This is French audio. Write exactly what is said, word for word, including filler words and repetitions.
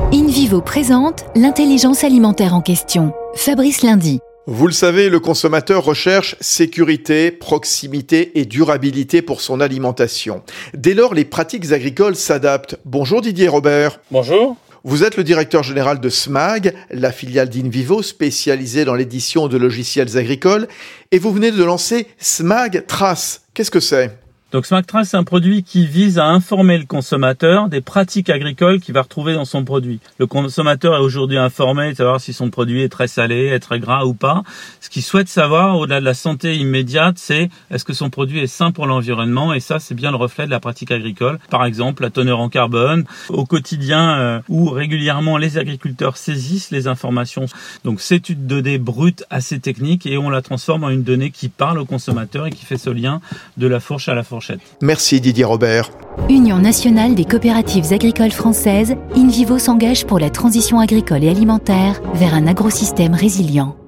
InVivo présente l'intelligence alimentaire en question. Fabrice Lundy. Vous le savez, le consommateur recherche sécurité, proximité et durabilité pour son alimentation. Dès lors, les pratiques agricoles s'adaptent. Bonjour Didier Robert. Bonjour. Vous êtes le directeur général de SMAG, la filiale d'InVivo spécialisée dans l'édition de logiciels agricoles, et vous venez de lancer SMAG Trace. Qu'est-ce que c'est ? Donc SMAG Trace, c'est un produit qui vise à informer le consommateur des pratiques agricoles qu'il va retrouver dans son produit. Le consommateur est aujourd'hui informé de savoir si son produit est très salé, est très gras ou pas. Ce qu'il souhaite savoir, au-delà de la santé immédiate, c'est est-ce que son produit est sain pour l'environnement, et ça, c'est bien le reflet de la pratique agricole. Par exemple, la teneur en carbone, au quotidien euh, où régulièrement les agriculteurs saisissent les informations. Donc c'est une donnée brute assez technique et on la transforme en une donnée qui parle au consommateur et qui fait ce lien de la fourche à la fourche. Merci Didier Robert. Union nationale des coopératives agricoles françaises, InVivo s'engage pour la transition agricole et alimentaire vers un agrosystème résilient.